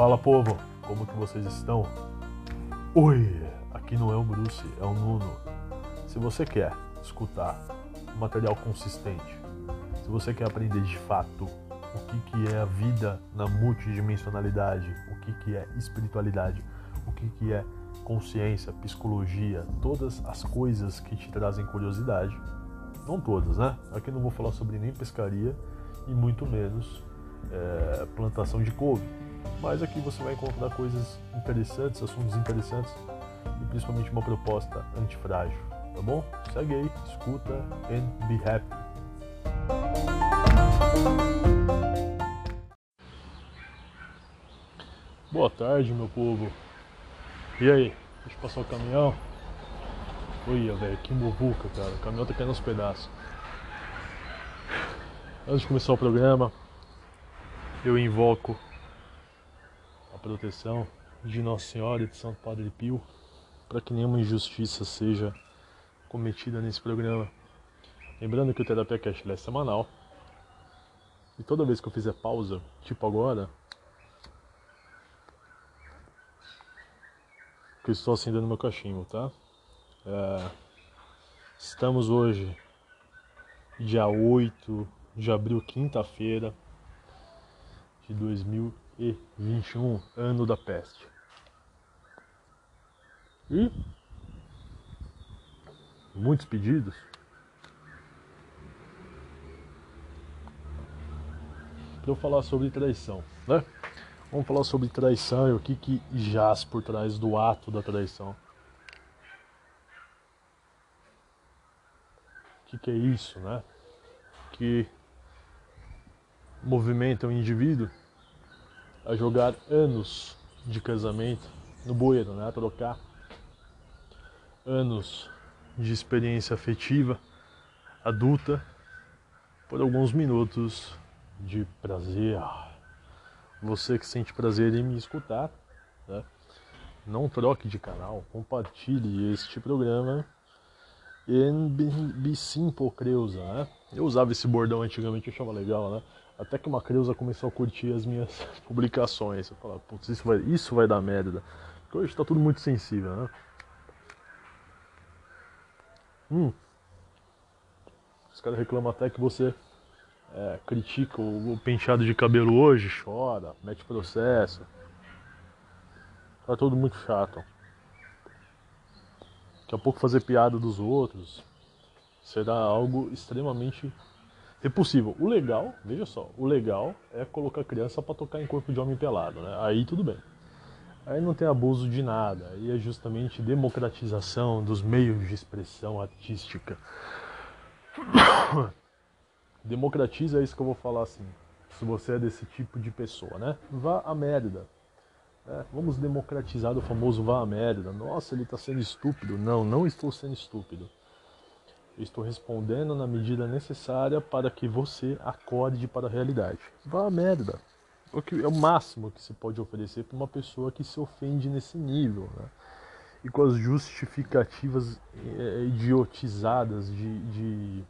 Fala, povo, como que vocês estão? Oi, aqui não é o Bruce, é o Nuno. Se você quer escutar um material consistente, se você quer aprender de fato o que é a vida na multidimensionalidade, o que é espiritualidade, o que é consciência, psicologia, todas as coisas que te trazem curiosidade, não todas, né? Aqui não vou falar sobre nem pescaria e muito menos plantação de couve, mas aqui você vai encontrar coisas interessantes, assuntos interessantes e principalmente uma proposta antifrágil, tá bom? Segue aí, escuta and be happy. Boa tarde, meu povo. E aí, deixa eu passar o caminhão. Olha, velho, que muvuca, cara. O caminhão tá caindo aos pedaços. Antes de começar o programa, eu invoco a proteção de Nossa Senhora e de Santo Padre Pio para que nenhuma injustiça seja cometida nesse programa. Lembrando que o Terapia Cast é semanal. E toda vez que eu fizer pausa, tipo agora, que eu estou acendendo meu cachimbo, tá? Estamos hoje, dia 8 de abril, quinta-feira de 2021, ano da peste. E muitos pedidos. Para eu falar sobre traição, né? Vamos falar sobre traição e o que jaz por trás do ato da traição. O que é isso, né? Que movimenta o indivíduo a jogar anos de casamento no bueiro, né? A trocar anos de experiência afetiva adulta por alguns minutos de prazer. Você que sente prazer em me escutar, né? Não troque de canal, compartilhe este programa and be simple, Creuza, né? Eu usava esse bordão antigamente, eu achava legal, né? Até que uma Creuza começou a curtir as minhas publicações. Eu falava, putz, isso vai dar merda. Porque hoje tá tudo muito sensível, né? Os caras reclamam até que você critica o penteado de cabelo hoje, chora, mete processo. Tá tudo muito chato. Daqui a pouco fazer piada dos outros será algo extremamente repulsivo. O legal, veja só, o legal é colocar criança pra tocar em corpo de homem pelado, né? Aí tudo bem. Aí não tem abuso de nada. Aí é justamente democratização dos meios de expressão artística. Democratiza é isso que eu vou falar assim. Se você é desse tipo de pessoa, né? Vá a merda. Vamos democratizar o famoso vá a merda. Nossa, ele tá sendo estúpido. Não, não estou sendo estúpido. Eu estou respondendo na medida necessária para que você acorde para a realidade. Vá a merda. É o máximo que se pode oferecer para uma pessoa que se ofende nesse nível, né? E com as justificativas idiotizadas de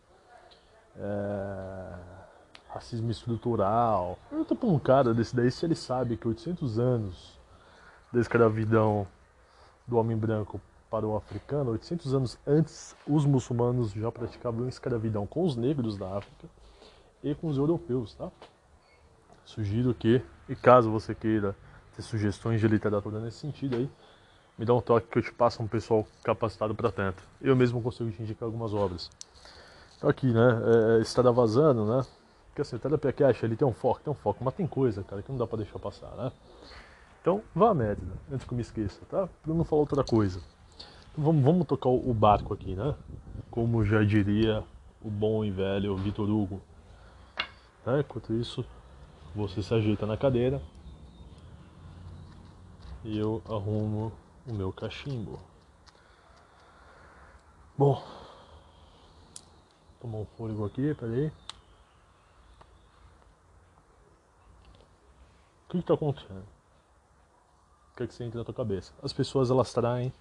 racismo estrutural. Pergunta para um cara desse daí se ele sabe que 800 anos da escravidão do homem branco para o africano, 800 anos antes, os muçulmanos já praticavam escravidão com os negros da África e com os europeus, tá? Sugiro que, e caso você queira ter sugestões de literatura nesse sentido aí, me dá um toque que eu te passo um pessoal capacitado para tanto. Eu mesmo consigo te indicar algumas obras. Então aqui, né, extravasando, né? Porque assim, o Terapia Cast, ele tem um foco, mas tem coisa, cara, que não dá pra deixar passar, né? Então, vá a merda, antes que eu me esqueça, tá? Pra não falar outra coisa. Então, vamos tocar o barco aqui, né? Como já diria o bom e velho Vitor Hugo. Né? Enquanto isso, você se ajeita na cadeira e eu arrumo o meu cachimbo. Bom, tomar um fôlego aqui, peraí. O que está acontecendo? O que é que você entra na tua cabeça? As pessoas, elas traem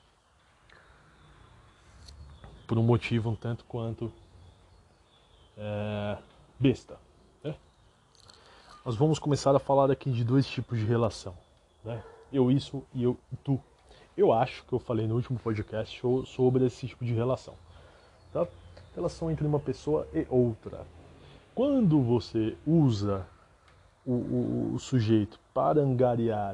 por um motivo um tanto quanto besta, né? Nós vamos começar a falar aqui de dois tipos de relação, né? Eu isso e eu e tu. Eu acho que eu falei no último podcast sobre esse tipo de relação, tá? Relação entre uma pessoa e outra. Quando você usa o sujeito para angariar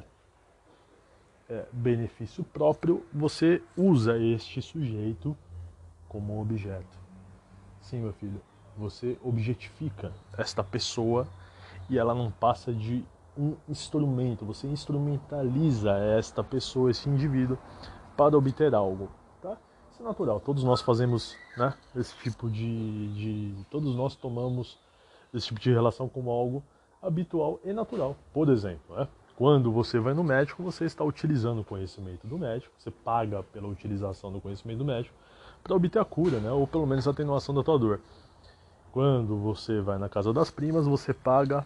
benefício próprio, você usa este sujeito como objeto. Sim, meu filho, você objetifica esta pessoa e ela não passa de um instrumento. Você instrumentaliza esta pessoa, esse indivíduo, para obter algo. Tá? Isso é natural. Todos nós fazemos, né, esse tipo todos nós tomamos esse tipo de relação como algo habitual e natural. Por exemplo, né, quando você vai no médico, você está utilizando o conhecimento do médico, você paga pela utilização do conhecimento do médico para obter a cura, né, ou pelo menos a atenuação da tua dor. Quando você vai na casa das primas, você paga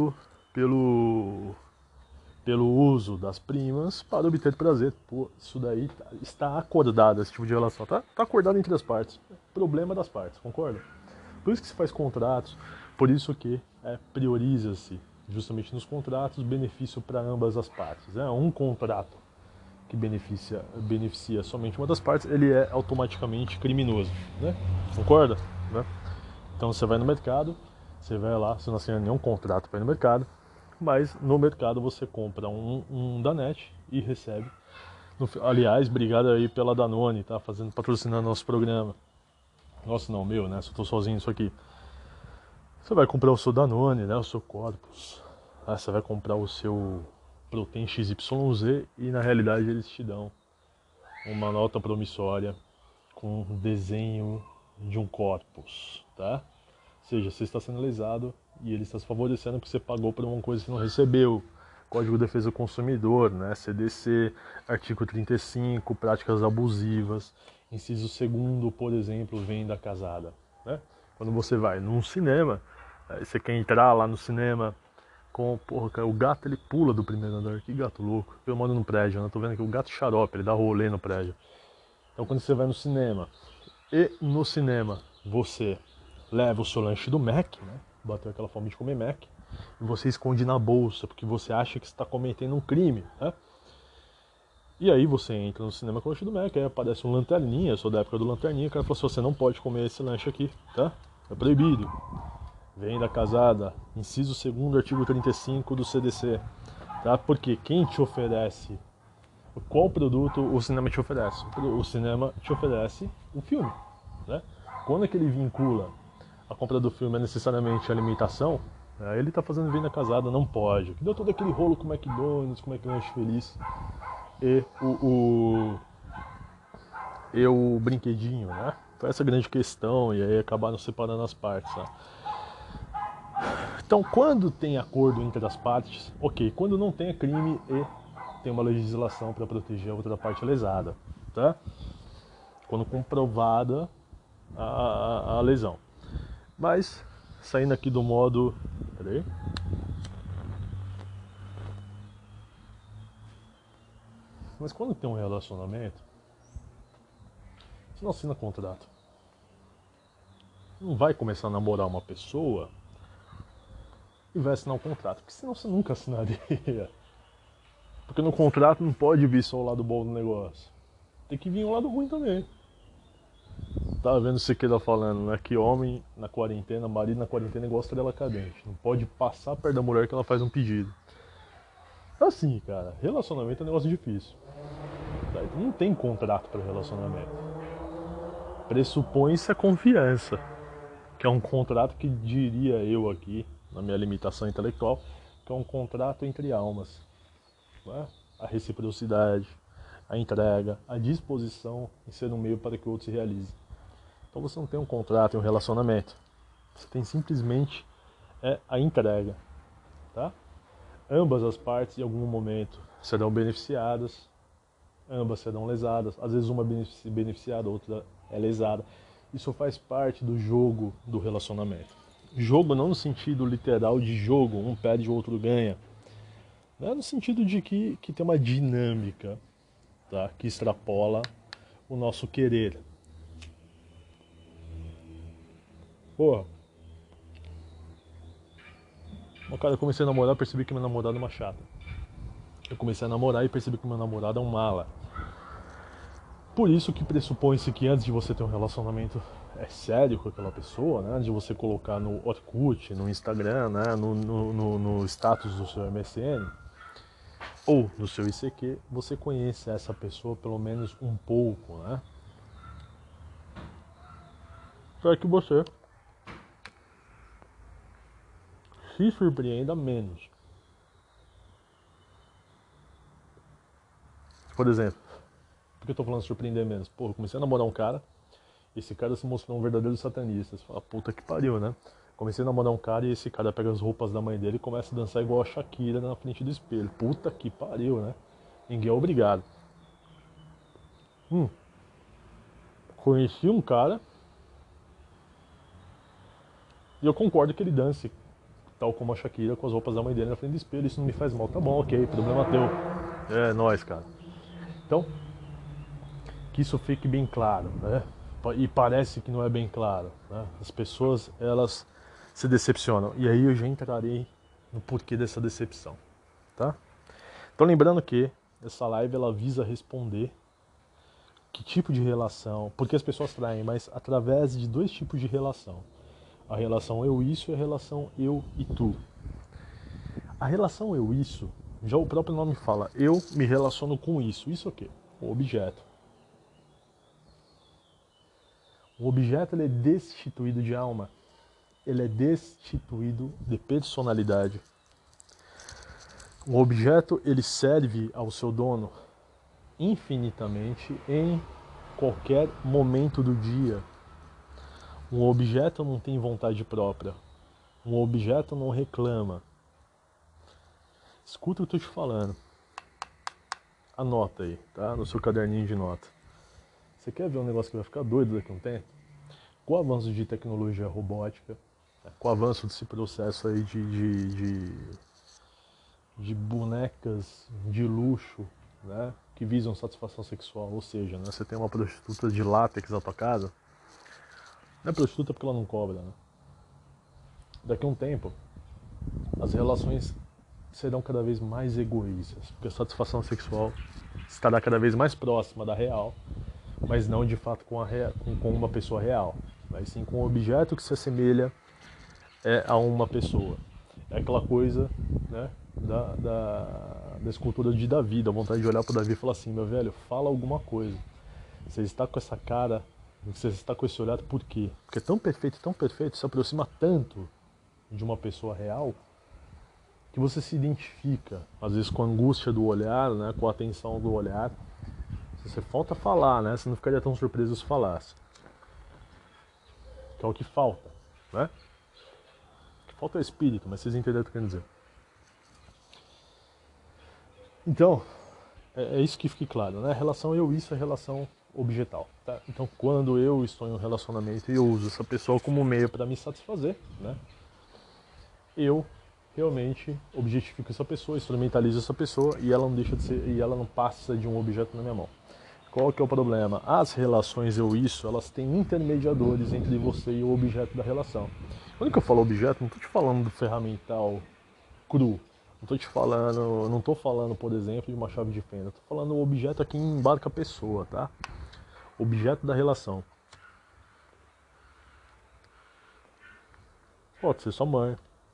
pelo, pelo uso das primas para obter prazer. Pô, isso daí está acordado, esse tipo de relação. Tá acordado entre as partes. Problema das partes, concorda? Por isso que se faz contratos, por isso que prioriza-se justamente nos contratos benefício para ambas as partes. Um contrato que beneficia somente uma das partes, ele é automaticamente criminoso, né? Concorda? Né? Então você vai no mercado, você vai lá, você não assina nenhum contrato para ir no mercado, mas no mercado você compra um Danette e recebe. Aliás, obrigado aí pela Danone, tá? Patrocinando nosso programa. Nossa, não, meu, né? Só tô sozinho nisso aqui. Você vai comprar o seu Danone, né? O seu Corpus. Você vai comprar o seu Protein XYZ e na realidade eles te dão uma nota promissória com um desenho de um corpus, tá? Ou seja, você está sendo lesado e ele está se favorecendo porque você pagou por uma coisa que não recebeu. Código de Defesa do Consumidor, né? CDC, artigo 35, práticas abusivas. Inciso 2º, por exemplo, venda casada, né? Quando você vai num cinema, você quer entrar lá no cinema com, porra, cara, o gato ele pula do primeiro andar, que gato louco. Eu moro no prédio, né? Tô vendo aqui o gato xarope, ele dá rolê no prédio. Então quando você vai no cinema, e no cinema você leva o seu lanche do Mac, né? Bateu aquela fome de comer Mac, e você esconde na bolsa, porque você acha que está cometendo um crime, né? E aí você entra no cinema com o lanche do Mac, aí aparece um lanterninha, eu sou da época do lanterninha, o cara falou assim, você não pode comer esse lanche aqui, tá? É proibido. Venda casada, inciso 2º, artigo 35 do CDC, tá? Porque quem te oferece, qual produto o cinema te oferece? O cinema te oferece o filme, né? Quando é que ele vincula a compra do filme é necessariamente a alimentação, ele está fazendo venda casada, não pode. Que deu todo aquele rolo com o McDonald's, com o McLanche Feliz e o brinquedinho, né? Foi essa grande questão e aí acabaram separando as partes, né? Então, quando tem acordo entre as partes, ok. Quando não tem, é crime e tem uma legislação para proteger a outra parte lesada, tá? Quando comprovada a lesão. Mas, saindo aqui do modo... Peraí. Mas quando tem um relacionamento, você não assina contrato. Você não vai começar a namorar uma pessoa e vai assinar um contrato, porque senão você nunca assinaria. Porque no contrato não pode vir só o lado bom do negócio. Tem que vir o lado ruim também. Tá vendo o Siqueira falando, né? Que homem na quarentena, marido na quarentena é igual estrela cadente. Não pode passar perto da mulher que ela faz um pedido. Assim, cara, relacionamento é um negócio difícil. Tá? Então não tem contrato para relacionamento. Pressupõe-se a confiança. Que é um contrato que diria eu aqui, na minha limitação intelectual, que é um contrato entre almas. Né? A reciprocidade, a entrega, a disposição em ser um meio para que o outro se realize. Então você não tem um contrato e um relacionamento. Você tem simplesmente a entrega. Tá? Ambas as partes em algum momento serão beneficiadas, ambas serão lesadas. Às vezes uma é beneficiada, a outra é lesada. Isso faz parte do jogo do relacionamento. Jogo não no sentido literal de jogo, um perde, o outro ganha. Não é no sentido de que tem uma dinâmica, tá? Que extrapola o nosso querer. Porra. Cara, eu comecei a namorar, percebi que minha namorada é uma chata. Eu comecei a namorar e percebi que o meu namorado é um mala. Por isso que pressupõe-se que antes de você ter um relacionamento sério com aquela pessoa, né, de você colocar no Orkut, no Instagram, né, no status do seu MSN ou no seu ICQ, você conhece essa pessoa pelo menos um pouco, né? Para que você se surpreenda menos. Por exemplo, por que eu tô falando surpreender menos? Pô, eu comecei a namorar um cara, esse cara se mostrou um verdadeiro satanista. Você fala, puta que pariu, né? Comecei a namorar um cara e esse cara pega as roupas da mãe dele e começa a dançar igual a Shakira na frente do espelho. Puta que pariu, né? Ninguém é obrigado. Conheci um cara e eu concordo que ele dance tal como a Shakira com as roupas da mãe dele na frente do espelho. Isso não me faz mal, tá bom, ok, problema teu. É nóis, cara. Então, que isso fique bem claro, né? E parece que não é bem claro, né? As pessoas, elas se decepcionam. E aí eu já entrarei no porquê dessa decepção, tá? Então lembrando que essa live ela visa responder que tipo de relação, porque as pessoas traem, mas através de dois tipos de relação. A relação eu-isso e a relação eu e tu. A relação eu-isso, já o próprio nome fala, eu me relaciono com isso. Isso é o quê? O objeto. O objeto ele é destituído de alma. Ele é destituído de personalidade. O objeto ele serve ao seu dono infinitamente em qualquer momento do dia. Um objeto não tem vontade própria. Um objeto não reclama. Escuta o que eu estou te falando. Anota aí, tá? No seu caderninho de nota. Você quer ver um negócio que vai ficar doido daqui a um tempo? Com o avanço de tecnologia robótica, com o avanço desse processo aí de bonecas de luxo, né, que visam satisfação sexual, ou seja, né, você tem uma prostituta de látex na tua casa, não é prostituta porque ela não cobra, né? Daqui a um tempo, as relações serão cada vez mais egoístas, porque a satisfação sexual estará cada vez mais próxima da real, mas não de fato com uma pessoa real, mas sim com um objeto que se assemelha a uma pessoa. É aquela coisa, né, da escultura de Davi, da vontade de olhar para Davi e falar assim, meu velho, fala alguma coisa. Você está com essa cara, você está com esse olhar, por quê? Porque é tão perfeito, se aproxima tanto de uma pessoa real, que você se identifica, às vezes com a angústia do olhar, né, com a atenção do olhar. Se você falta falar, né, você não ficaria tão surpreso se falasse. Que é o que falta, né? O que falta é o espírito, mas vocês entenderam o que eu quero dizer. Então, é isso que fique claro, né? A relação eu-isso é relação objetal, tá? Então, quando eu estou em um relacionamento e eu uso essa pessoa como meio para me satisfazer, né? Eu realmente objetifico essa pessoa, instrumentalizo essa pessoa e ela não deixa de ser, e ela não passa de um objeto na minha mão. Qual que é o problema? As relações eu-isso, elas têm intermediadores entre você e o objeto da relação. Quando que eu falo objeto, não estou te falando do ferramental cru. Não tô falando, por exemplo, de uma chave de fenda. Estou falando o objeto aqui embarca a pessoa, tá? Objeto da relação. Pode ser sua mãe,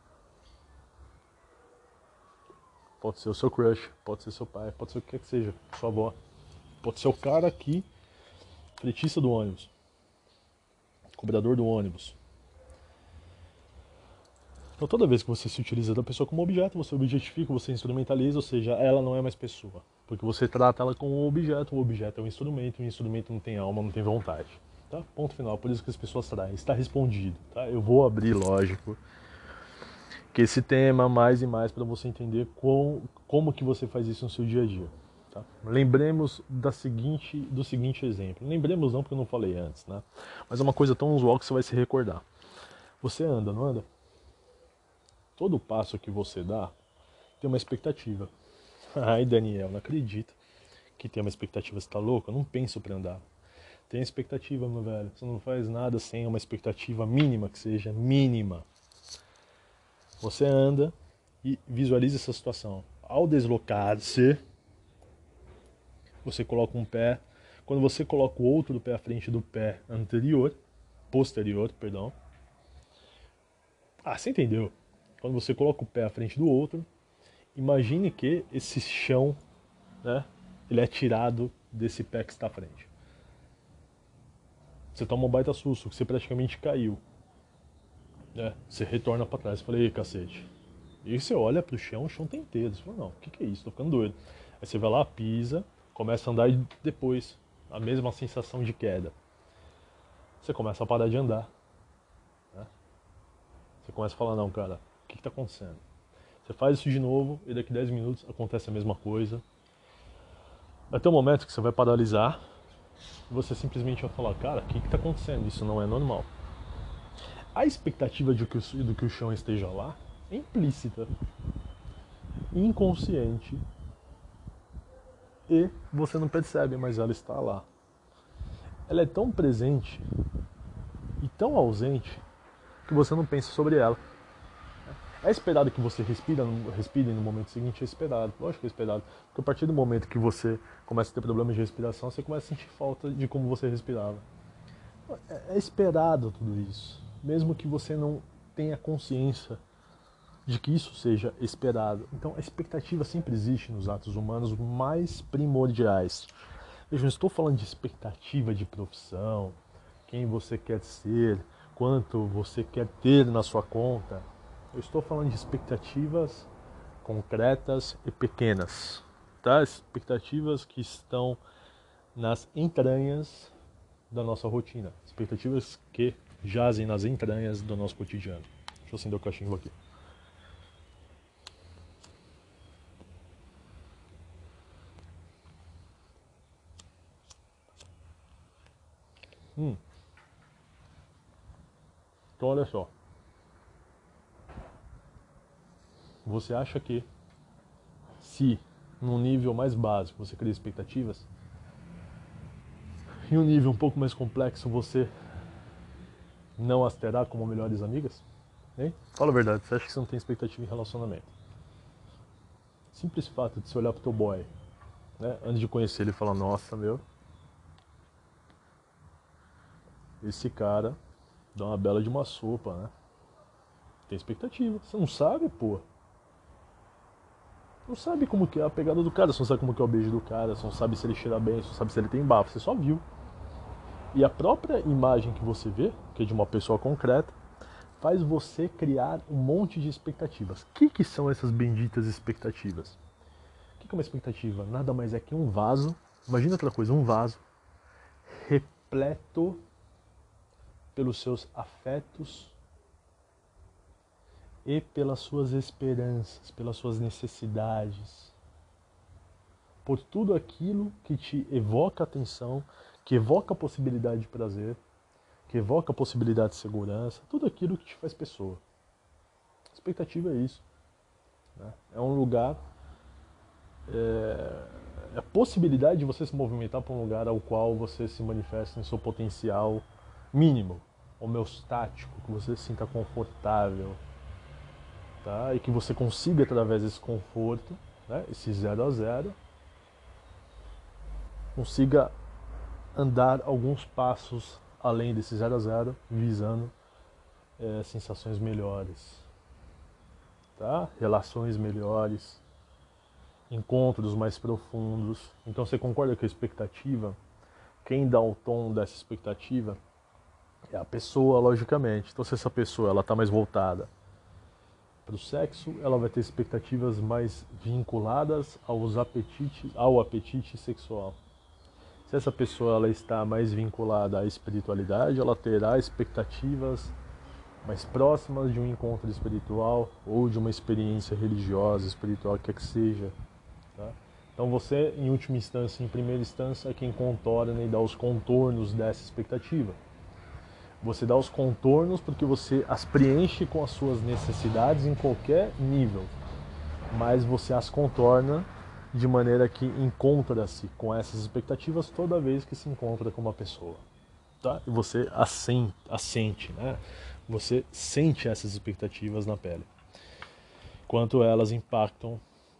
pode ser o seu crush, pode ser seu pai, pode ser o que quer que seja, sua avó. Pode ser o cara aqui, fretista do ônibus, cobrador do ônibus. Então toda vez que você se utiliza da pessoa como objeto, você objetifica, você instrumentaliza, ou seja, ela não é mais pessoa. Porque você trata ela como um objeto, o objeto é um instrumento, e o instrumento não tem alma, não tem vontade. Tá? Ponto final, por isso que as pessoas traem. Está respondido. Tá? Eu vou abrir, lógico, que esse tema mais e mais para você entender como que você faz isso no seu dia a dia. Tá? Lembremos do seguinte exemplo. Lembremos não porque eu não falei antes, né? Mas é uma coisa tão usual que você vai se recordar. Você anda, não anda? Todo passo que você dá tem uma expectativa. Ai, Daniel, não acredito que tem uma expectativa. Você tá louco? Eu não penso pra andar. Tem expectativa, meu velho. Você não faz nada sem uma expectativa mínima, que seja mínima. Você anda e visualiza essa situação. Ao deslocar-se, você coloca um pé. Quando você coloca o outro pé à frente do pé posterior, perdão. Você entendeu? Quando você coloca o pé à frente do outro, imagine que esse chão, né, ele é tirado desse pé que está à frente. Você toma um baita susto, que você praticamente caiu. Né? Você retorna para trás. Falei, cacete. E você olha pro chão, o chão tá inteiro. Você fala, não, o que é isso? Tô ficando doido. Aí você vai lá, pisa, começa a andar e depois a mesma sensação de queda. Você começa a parar de andar. Né? Você começa a falar, não, cara, o que tá acontecendo? Você faz isso de novo e daqui 10 minutos acontece a mesma coisa. Vai ter um momento que você vai paralisar e você simplesmente vai falar, cara, o que tá acontecendo? Isso não é normal. A expectativa do que o chão esteja lá é implícita, inconsciente, e você não percebe, mas ela está lá. Ela é tão presente e tão ausente que você não pensa sobre ela. É esperado que você respire no momento seguinte, é esperado. Lógico que é esperado. Porque a partir do momento que você começa a ter problemas de respiração, você começa a sentir falta de como você respirava. É esperado tudo isso. Mesmo que você não tenha consciência de que isso seja esperado. Então a expectativa sempre existe nos atos humanos mais primordiais. Eu não estou falando de expectativa de profissão, quem você quer ser, quanto você quer ter na sua conta. Eu estou falando de expectativas concretas e pequenas, tá? Expectativas que estão nas entranhas da nossa rotina, expectativas que jazem nas entranhas do nosso cotidiano. Deixa eu acender o cachimbo aqui. Então olha só. Você acha que se num nível mais básico você cria expectativas, em um nível um pouco mais complexo você não as terá como melhores amigas? Hein? Fala a verdade, você acha que você não tem expectativa em relacionamento? Simples fato de você olhar pro teu boy, né, antes de conhecer ele e falar, nossa, meu, esse cara dá uma bela de uma sopa, né? Tem expectativa. Você não sabe, pô. Não sabe como que é a pegada do cara, você não sabe como que é o beijo do cara, você não sabe se ele cheira bem, você não sabe se ele tem bafo, você só viu. E a própria imagem que você vê, que é de uma pessoa concreta, faz você criar um monte de expectativas. O que são essas benditas expectativas? O que é uma expectativa? Nada mais é que um vaso, imagina outra coisa, um vaso repleto pelos seus afetos e pelas suas esperanças, pelas suas necessidades, por tudo aquilo que te evoca atenção, que evoca a possibilidade de prazer, que evoca a possibilidade de segurança, tudo aquilo que te faz pessoa. A expectativa é isso. Né? É um lugar, é a possibilidade de você se movimentar para um lugar ao qual você se manifesta em seu potencial mínimo, homeostático, que você se sinta confortável, tá? E que você consiga, através desse conforto, né, esse 0 a 0, consiga andar alguns passos além desse 0 a 0, visando sensações melhores, tá? Relações melhores, encontros mais profundos. Então você concorda que a expectativa, quem dá o tom dessa expectativa é a pessoa, logicamente. Então se essa pessoa ela está mais voltada para o sexo, ela vai ter expectativas mais vinculadas ao apetite sexual. Se essa pessoa ela está mais vinculada à espiritualidade, ela terá expectativas mais próximas de um encontro espiritual ou de uma experiência religiosa, espiritual, que seja. Tá? Então você, em última instância, em primeira instância, é quem contorna e dá os contornos dessa expectativa. Você dá os contornos porque você as preenche com as suas necessidades em qualquer nível, mas você as contorna de maneira que encontra-se com essas expectativas toda vez que se encontra com uma pessoa. Tá? E você assente, né? Você sente essas expectativas na pele. Quanto elas impactam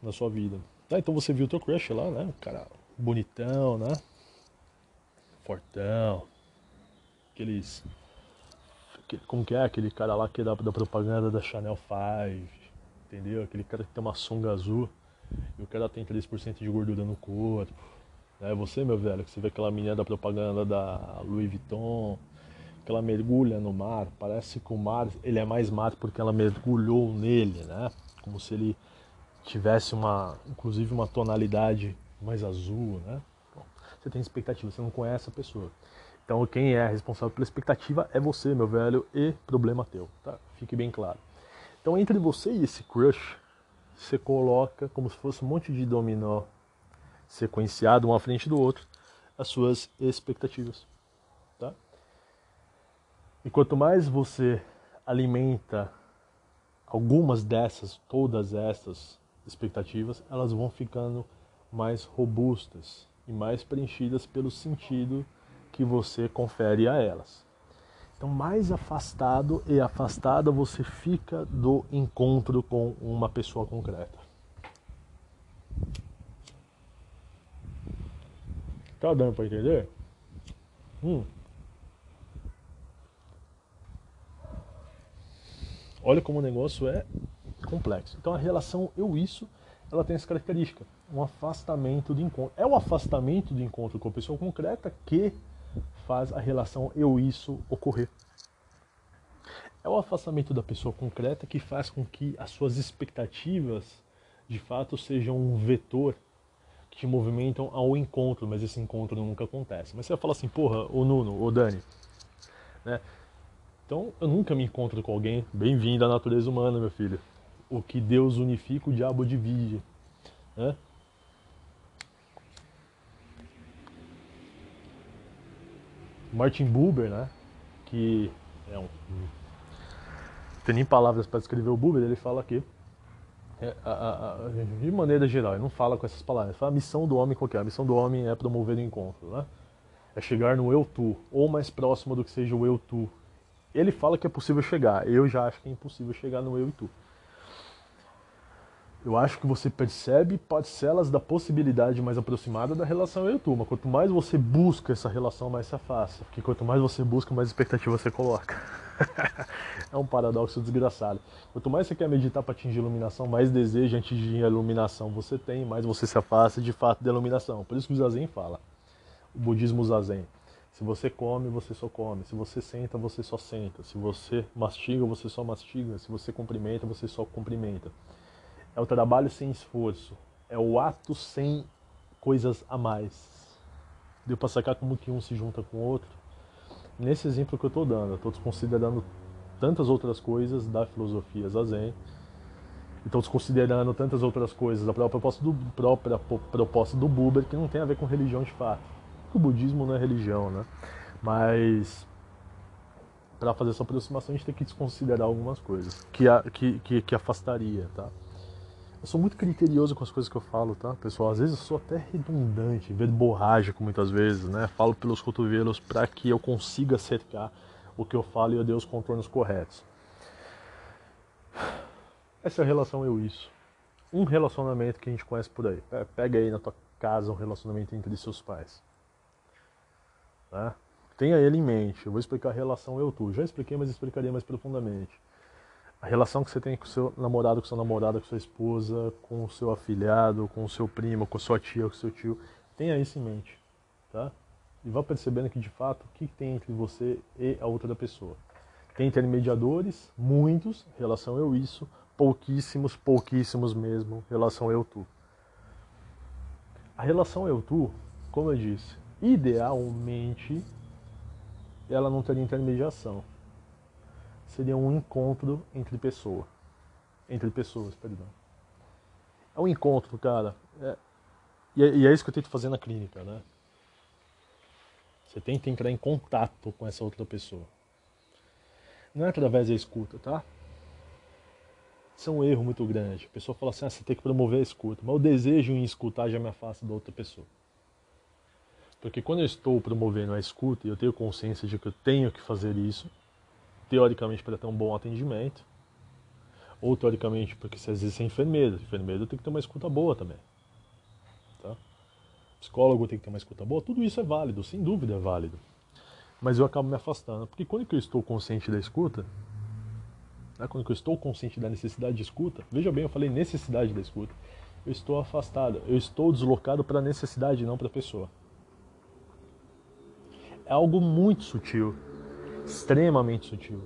na sua vida. Tá, então você viu o teu crush lá, né? O cara bonitão, né? Fortão. Aqueles... Como que é? Aquele cara lá que é da propaganda da Chanel 5. Entendeu? Aquele cara que tem uma sunga azul e o cara tem 3% de gordura no corpo. É você, meu velho, que você vê aquela menina da propaganda da Louis Vuitton, que ela mergulha no mar, parece que o mar, ele é mais mar porque ela mergulhou nele, né? Como se ele tivesse inclusive uma tonalidade mais azul, né? Bom, você tem expectativa, você não conhece a pessoa. Então quem é responsável pela expectativa é você, meu velho, e problema teu, tá? Fique bem claro. Então entre você e esse crush, você coloca como se fosse um monte de dominó sequenciado um à frente do outro, as suas expectativas, tá? E quanto mais você alimenta algumas dessas, todas essas expectativas, elas vão ficando mais robustas e mais preenchidas pelo sentido que você confere a elas. Então, mais afastado e afastada você fica do encontro com uma pessoa concreta. Tá dando para entender? Olha como o negócio é complexo. Então a relação eu-isso, ela tem essa característica, um afastamento do encontro. É o afastamento do encontro com a pessoa concreta que faz a relação eu-isso ocorrer. É o afastamento da pessoa concreta que faz com que as suas expectativas, de fato, sejam um vetor que te movimentam ao encontro, mas esse encontro nunca acontece. Mas você vai falar assim, porra, ô Nuno, ô Dani, né? Então eu nunca me encontro com alguém. Bem-vindo à natureza humana, meu filho. O que Deus unifica, o diabo divide, né? Martin Buber, né? Que é um... Não tem nem palavras para descrever o Buber, ele fala que de maneira geral, ele não fala com essas palavras, ele fala a missão do homem qualquer. A missão do homem é promover o encontro, né? É chegar no eu-tu, ou mais próximo do que seja o eu-tu. Ele fala que é possível chegar, eu já acho que é impossível chegar no eu e tu. Eu acho que você percebe parcelas da possibilidade mais aproximada da relação eu e tu, mas quanto mais você busca essa relação, mais se afasta. Porque quanto mais você busca, mais expectativa você coloca. É um paradoxo desgraçado. Quanto mais você quer meditar para atingir iluminação, mais desejo de atingir a iluminação você tem, mais você se afasta de fato da iluminação. Por isso que o Zazen fala, o budismo Zazen. Se você come, você só come. Se você senta, você só senta. Se você mastiga, você só mastiga. Se você cumprimenta, você só cumprimenta. É o trabalho sem esforço. É o ato sem coisas a mais. Deu para sacar como que um se junta com o outro? Nesse exemplo que eu estou dando, eu estou desconsiderando tantas outras coisas da filosofia Zazen. Estou desconsiderando tantas outras coisas da própria proposta do Buber, que não tem a ver com religião de fato. O budismo não é religião, né? Mas para fazer essa aproximação a gente tem que desconsiderar algumas coisas que afastaria, tá? Eu sou muito criterioso com as coisas que eu falo, tá, pessoal? Às vezes eu sou até redundante, verborrágico muitas vezes, né? Falo pelos cotovelos para que eu consiga cercar o que eu falo e eu dê os contornos corretos. Essa é a relação eu-isso. Um relacionamento que a gente conhece por aí. Pega aí na tua casa um relacionamento entre seus pais. Né? Tenha ele em mente. Eu vou explicar a relação eu-tu. Já expliquei, mas explicaria mais profundamente. A relação que você tem com o seu namorado, com sua namorada, com sua esposa, com o seu afilhado, com o seu primo, com a sua tia, com o seu tio. Tenha isso em mente, tá? E vá percebendo que, de fato, o que tem entre você e a outra pessoa. Tem intermediadores, muitos, relação eu-isso, pouquíssimos, pouquíssimos mesmo, relação eu-tu. A relação eu-tu, como eu disse, idealmente, ela não teria intermediação. Seria um encontro entre pessoas, perdão. É um encontro, cara. E é isso que eu tento fazer na clínica, né? Você tenta entrar em contato com essa outra pessoa. Não é através da escuta, tá? Isso é um erro muito grande. A pessoa fala assim, você tem que promover a escuta. Mas o desejo em escutar já me afasta da outra pessoa. Porque quando eu estou promovendo a escuta e eu tenho consciência de que eu tenho que fazer isso, teoricamente para ter um bom atendimento, Ou teoricamente, porque se às vezes é enfermeiro tem que ter uma escuta boa também. Tá? Psicólogo tem que ter uma escuta boa, tudo isso é válido, sem dúvida é válido. Mas eu acabo me afastando, porque quando eu estou consciente da escuta, né, quando eu estou consciente da necessidade de escuta, veja bem, eu falei necessidade da escuta, eu estou afastado, eu estou deslocado para a necessidade, não para a pessoa. É algo muito sutil, extremamente sutil.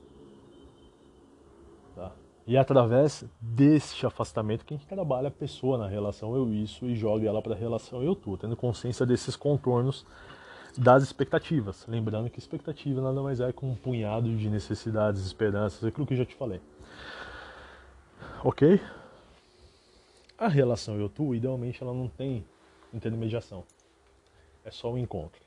Tá? E é através deste afastamento que a gente trabalha a pessoa na relação eu-isso e joga ela para a relação eu-tu, tendo consciência desses contornos das expectativas. Lembrando que expectativa nada mais é que um punhado de necessidades, esperanças, aquilo que eu já te falei. Ok? A relação eu-tu, idealmente, ela não tem intermediação. É só um encontro.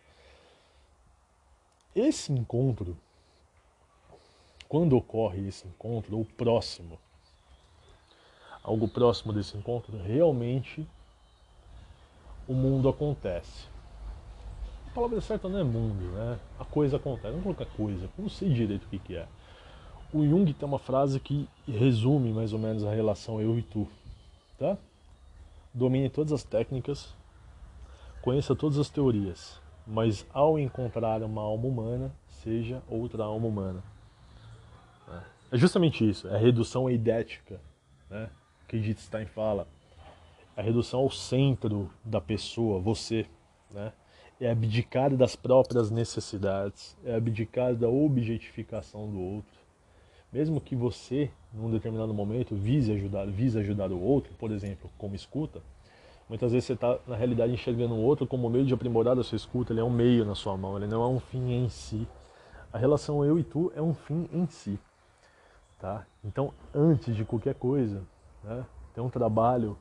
Esse encontro, quando ocorre esse encontro, ou próximo, algo próximo desse encontro, realmente o mundo acontece. A palavra certa não é mundo, né? A coisa acontece, não qualquer coisa, eu não sei direito o que é. O Jung tem uma frase que resume mais ou menos a relação eu e tu, tá? Domine todas as técnicas, conheça todas as teorias, mas ao encontrar uma alma humana, seja outra alma humana. É justamente isso, é a redução eidética, né? Que Wittgenstein fala. A redução ao centro da pessoa, você, né? É abdicar das próprias necessidades, é abdicar da objetificação do outro. Mesmo que você, num determinado momento, vise ajudar o outro, por exemplo, como escuta, muitas vezes você está, na realidade, enxergando o outro como meio de aprimorar a sua escuta, ele é um meio na sua mão, ele não é um fim em si. A relação eu e tu é um fim em si. Tá? Então, antes de qualquer coisa, né, tem um trabalho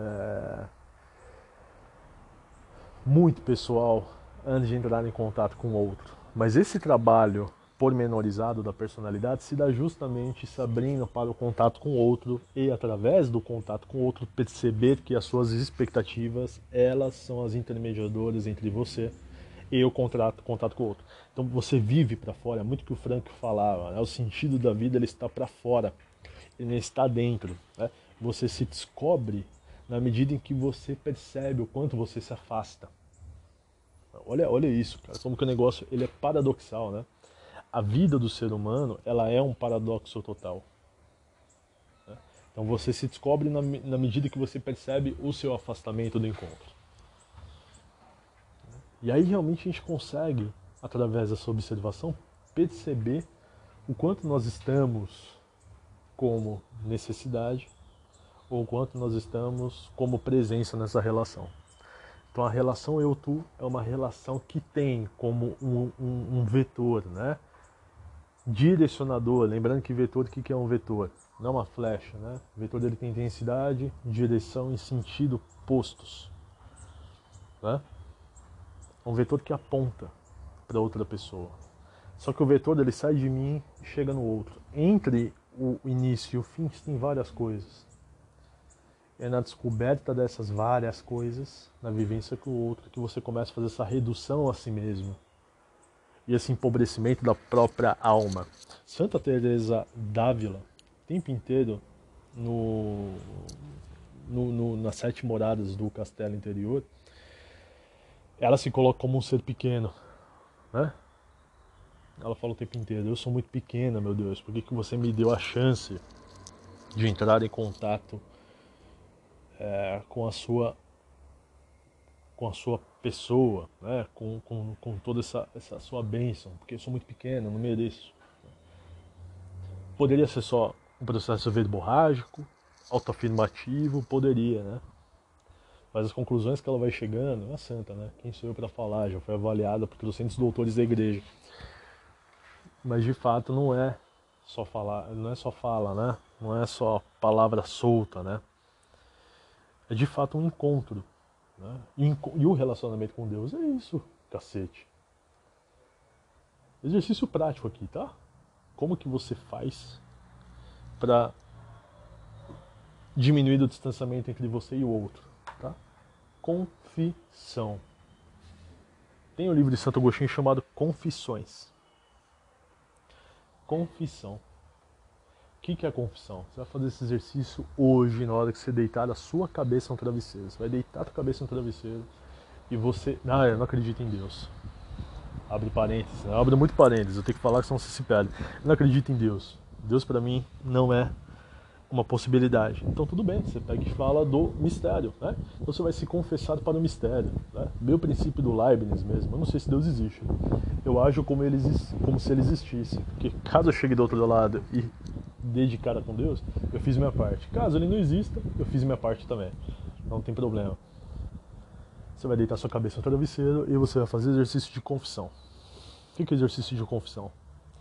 muito pessoal antes de entrar em contato com o outro. Mas esse trabalho pormenorizado da personalidade se dá justamente se abrindo para o contato com o outro e através do contato com o outro perceber que as suas expectativas, elas são as intermediadoras entre você e o contato com o outro. Então você vive para fora, é muito que o Frank falava, né? O sentido da vida ele está para fora, ele está dentro, né? Você se descobre na medida em que você percebe o quanto você se afasta. Olha isso, cara, como que o negócio ele é paradoxal, né? A vida do ser humano, ela é um paradoxo total. Né? Então você se descobre na medida que você percebe o seu afastamento do encontro. E aí realmente a gente consegue, através dessa observação, perceber o quanto nós estamos como necessidade ou o quanto nós estamos como presença nessa relação. Então a relação eu-tu é uma relação que tem como um vetor, né? Direcionador, lembrando que vetor, o que é um vetor? Não é uma flecha, né? O vetor dele tem intensidade, direção e sentido postos, né? É um vetor que aponta para outra pessoa. Só que o vetor dele sai de mim e chega no outro. Entre o início e o fim tem várias coisas. É na descoberta dessas várias coisas, na vivência com o outro, que você começa a fazer essa redução a si mesmo e esse empobrecimento da própria alma. Santa Teresa d'Ávila, o tempo inteiro nas 7 moradas do castelo interior, ela se coloca como um ser pequeno, né? Ela fala o tempo inteiro, eu sou muito pequena, meu Deus, por que você me deu a chance de entrar em contato com a sua pessoa, né? com toda essa sua bênção, porque eu sou muito pequena, não mereço. Poderia ser só um processo verborrágico, autoafirmativo, poderia, né? Mas as conclusões que ela vai chegando, é uma santa, né? Quem sou eu para falar? Já foi avaliada por 300 doutores da igreja. Mas de fato não é só falar, não é só fala, né? Não é só palavra solta, né? É de fato um encontro, né? E o relacionamento com Deus é isso, cacete. Exercício prático aqui, tá? Como que você faz para diminuir o distanciamento entre você e o outro, tá? Confissão. Tem um livro de Santo Agostinho chamado Confissões. Confissão. que é a confissão? Você vai fazer esse exercício hoje, na hora que você deitar a sua cabeça no travesseiro. Você vai deitar a sua cabeça no travesseiro e você... Ah, eu não acredito em Deus. Abre parênteses, né? Abre muito parênteses, eu tenho que falar que senão você se perde. Eu não acredito em Deus. Deus pra mim não é uma possibilidade. Então tudo bem, você pega e fala do mistério, né? Então você vai se confessar para o mistério, né? Meu princípio do Leibniz mesmo, eu não sei se Deus existe. Eu ajo como se ele existisse. Porque caso eu chegue do outro lado e dê de cara com Deus, eu fiz minha parte. Caso ele não exista, eu fiz minha parte também. Não tem problema. Você vai deitar sua cabeça no travesseiro e você vai fazer exercício de confissão. O que é exercício de confissão?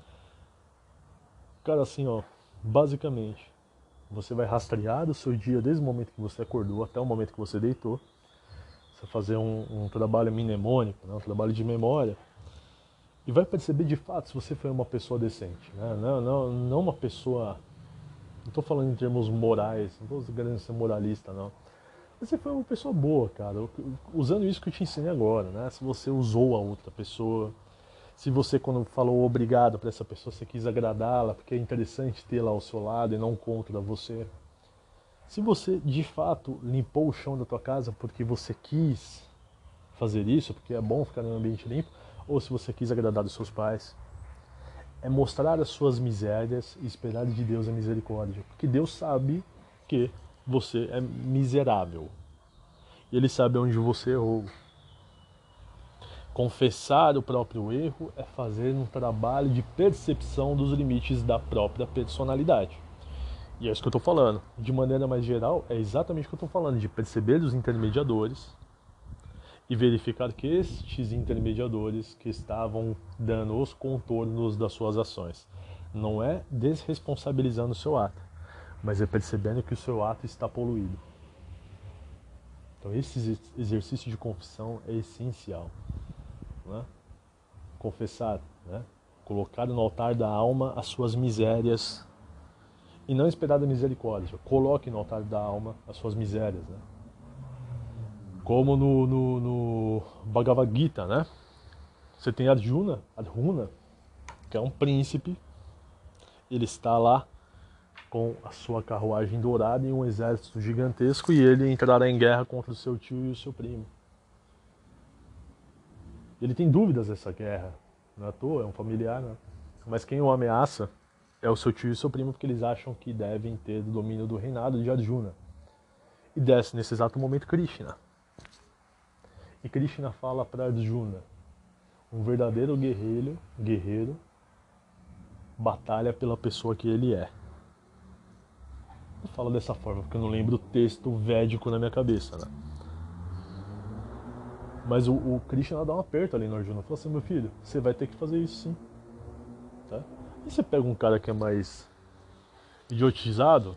Cara, assim, ó, basicamente, você vai rastrear o seu dia desde o momento que você acordou até o momento que você deitou. Você vai fazer um trabalho mnemônico, né, um trabalho de memória. E vai perceber de fato se você foi uma pessoa decente. Né? Não uma pessoa... Não estou falando em termos morais, não estou querendo ser moralista, não. Você foi uma pessoa boa, cara. Usando isso que eu te ensinei agora, né? Se você usou a outra pessoa, se você, quando falou obrigado para essa pessoa, você quis agradá-la, porque é interessante tê-la ao seu lado e não contra você. Se você, de fato, limpou o chão da tua casa porque você quis fazer isso, porque é bom ficar num ambiente limpo, ou se você quis agradar os seus pais, é mostrar as suas misérias e esperar de Deus a misericórdia. Porque Deus sabe que você é miserável. E Ele sabe onde você errou. Confessar o próprio erro é fazer um trabalho de percepção dos limites da própria personalidade. E é isso que eu estou falando. De maneira mais geral, é exatamente o que eu estou falando, de perceber os intermediadores e verificar que estes intermediadores que estavam dando os contornos das suas ações. Não é desresponsabilizando o seu ato, mas é percebendo que o seu ato está poluído. Então esse exercício de confissão é essencial. Né? Confessar, né? Colocar no altar da alma as suas misérias e não esperar da misericórdia. Coloque no altar da alma as suas misérias. Né? Como no Bhagavad Gita, né? Você tem Arjuna, que é um príncipe. Ele está lá com a sua carruagem dourada e um exército gigantesco e ele entrará em guerra contra o seu tio e o seu primo. Ele tem dúvidas dessa guerra, não é à toa, é um familiar, né? Mas quem o ameaça é o seu tio e o seu primo, porque eles acham que devem ter o domínio do reinado de Arjuna. E desce nesse exato momento Krishna. E Krishna fala para Arjuna, um verdadeiro guerreiro, batalha pela pessoa que ele é. Eu falo dessa forma porque eu não lembro o texto védico na minha cabeça, né? Mas o Krishna dá um aperto ali no Arjuna. Fala assim, meu filho, você vai ter que fazer isso sim. Tá? E você pega um cara que é mais idiotizado,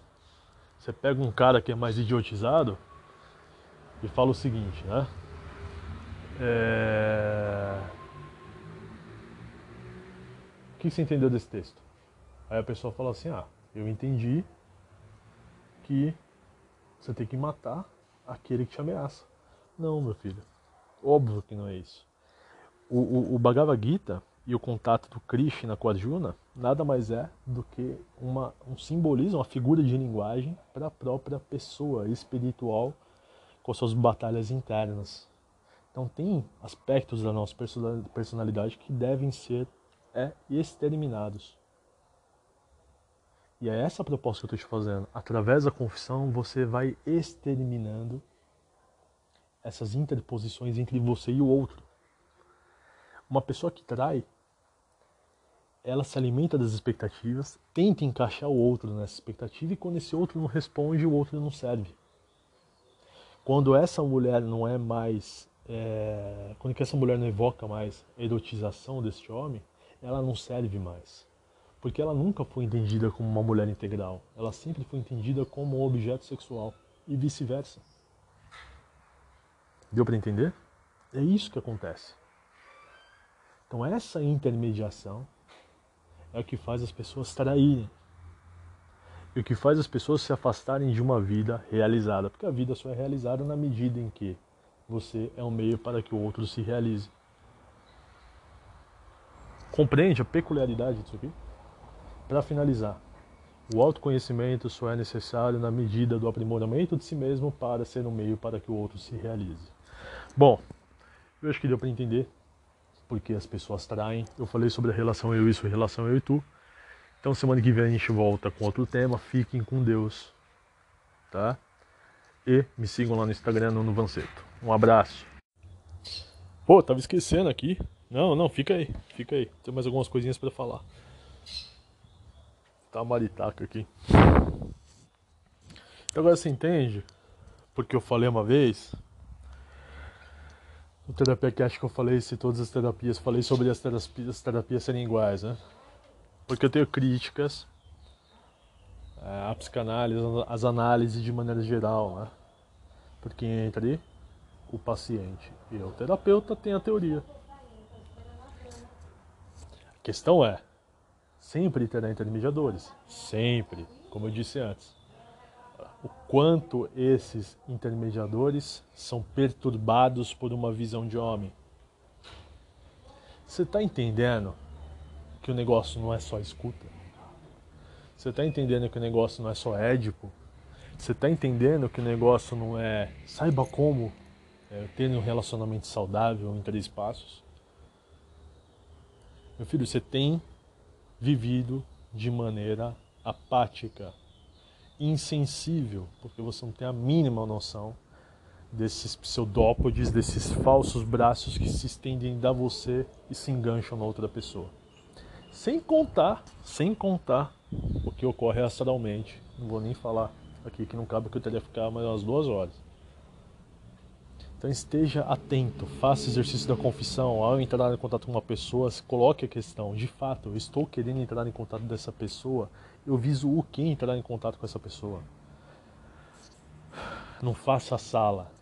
e fala o seguinte, né? O que você entendeu desse texto? Aí a pessoa fala assim, eu entendi que você tem que matar aquele que te ameaça. Não, meu filho. Óbvio que não é isso. O Bhagavad Gita e o contato do Krishna com Arjuna nada mais é do que um simbolismo, uma figura de linguagem para a própria pessoa espiritual com suas batalhas internas. Então tem aspectos da nossa personalidade que devem ser exterminados. E é essa a proposta que eu estou te fazendo. Através da confissão você vai exterminando essas interposições entre você e o outro. Uma pessoa que trai, ela se alimenta das expectativas, tenta encaixar o outro nessa expectativa e quando esse outro não responde, o outro não serve. Quando essa mulher não é mais... quando essa mulher não evoca mais a erotização deste homem, ela não serve mais. Porque ela nunca foi entendida como uma mulher integral. Ela sempre foi entendida como um objeto sexual. E vice-versa. Deu para entender? É isso que acontece. Então essa intermediação é o que faz as pessoas traírem. E o que faz as pessoas se afastarem de uma vida realizada. Porque a vida só é realizada na medida em que você é um meio para que o outro se realize. Compreende a peculiaridade disso aqui? Para finalizar, O autoconhecimento só é necessário na medida do aprimoramento de si mesmo para ser um meio para que o outro se realize. Bom, eu acho que deu para entender porque as pessoas traem. Eu falei sobre a relação eu e isso, a relação eu e tu. Então semana que vem a gente volta com outro tema. Fiquem com Deus, tá? E me sigam lá no Instagram, no Vanceto. Um abraço. Pô, tava esquecendo aqui. Não, fica aí. Tem mais algumas coisinhas para falar. Tá uma maritaca aqui. Então agora você entende porque eu falei uma vez no Terapia que acho que eu falei se todas as terapias, falei sobre as terapias serem iguais, né? Porque eu tenho críticas à psicanálise, às análises de maneira geral, né? Porque entre o paciente e o terapeuta tem a teoria. A questão é, sempre terá intermediadores, sempre, como eu disse antes. O quanto esses intermediadores são perturbados por uma visão de homem. Você está entendendo que o negócio não é só escuta? Você está entendendo que o negócio não é só édipo? Você está entendendo que o negócio não é saiba como ter um relacionamento saudável em 3 passos? Meu filho, você tem vivido de maneira apática, insensível, porque você não tem a mínima noção desses pseudópodes, desses falsos braços que se estendem da você e se engancham na outra pessoa. Sem contar o que ocorre astralmente. Não vou nem falar aqui que não cabe, que eu teria que ficar mais umas 2 horas. Então esteja atento, faça exercício da confissão. Ao entrar em contato com uma pessoa, se coloque a questão, de fato, eu estou querendo entrar em contato dessa pessoa, eu viso o que entrar em contato com essa pessoa. Não faça sala.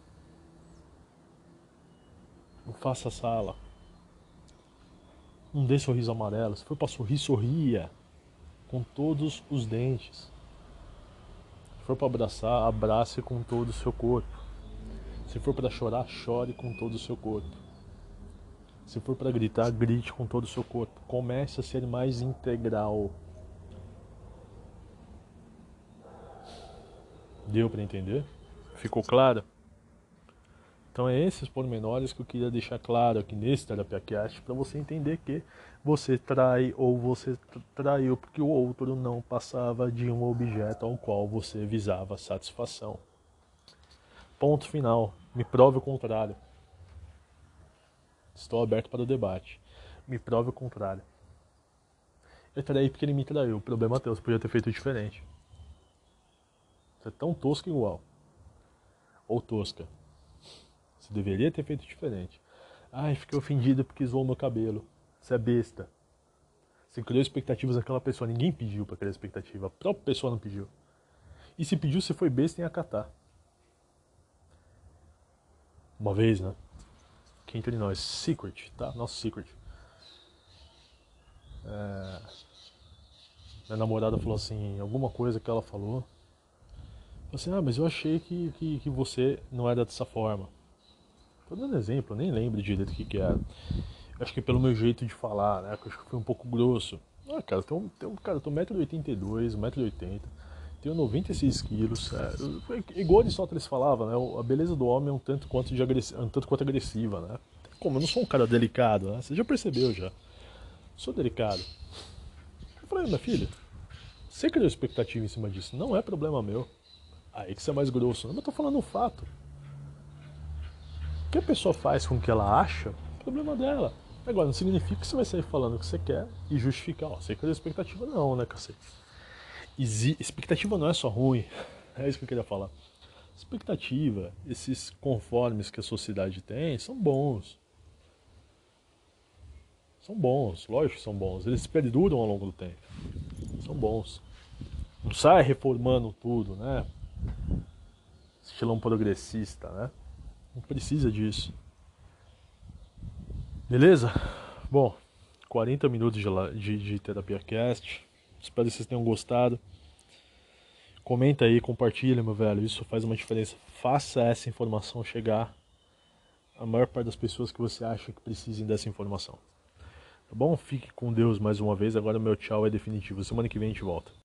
Não faça sala. Não dê sorriso amarelo. Se for para sorrir, sorria com todos os dentes. Se for para abraçar, abrace com todo o seu corpo. Se for para chorar, chore com todo o seu corpo. Se for para gritar, grite com todo o seu corpo. Comece a ser mais integral. Deu para entender? Ficou claro? Então é esses pormenores que eu queria deixar claro aqui nesse Terapia Cast para você entender que você trai ou você traiu porque o outro não passava de um objeto ao qual você visava satisfação. Ponto final. Me prove o contrário. Estou aberto para o debate. Me prove o contrário. Eu traí porque ele me traiu. O problema é teu, você podia ter feito diferente. Você é tão tosco igual. Ou tosca. Você deveria ter feito diferente. Ai, fiquei ofendido porque zoou meu cabelo. Você é besta. Você criou expectativas naquela pessoa. Ninguém pediu para criar expectativa. A própria pessoa não pediu. E se pediu, você foi besta em acatar. Uma vez, né? Que entre nós. Secret, tá? Nosso secret. Minha namorada falou assim, alguma coisa que ela falou. Assim, mas eu achei que você não era dessa forma. Tô dando exemplo, eu nem lembro direito o que era. Eu acho que pelo meu jeito de falar, né? Eu acho que foi um pouco grosso. Cara, eu tô 1,82m, 1,80m, tenho 96 quilos. Igual Aristóteles falava, né? A beleza do homem é um tanto quanto agressiva, né? Como eu não sou um cara delicado, né? Você já percebeu já. Sou delicado. Eu falei, minha filha, você criou expectativa em cima disso, não é problema meu. Aí que você é mais grosso. Não, mas eu tô falando um fato. O que a pessoa faz com o que ela acha, é problema dela. Agora, não significa que você vai sair falando o que você quer e justificar. Você criou expectativa, não, né, cacete? Expectativa não é só ruim. É isso que eu queria falar. Expectativa, esses conformes que a sociedade tem, são bons. São bons, lógico que são bons. Eles perduram ao longo do tempo. São bons. Não sai reformando tudo, né? Estilão progressista, né? Não precisa disso. Beleza? Bom, 40 minutos de Terapia Cast. Espero que vocês tenham gostado. Comenta aí, compartilha, meu velho. Isso faz uma diferença. Faça essa informação chegar à maior parte das pessoas que você acha que precisem dessa informação. Tá bom? Fique com Deus mais uma vez. Agora meu tchau é definitivo. Semana que vem a gente volta.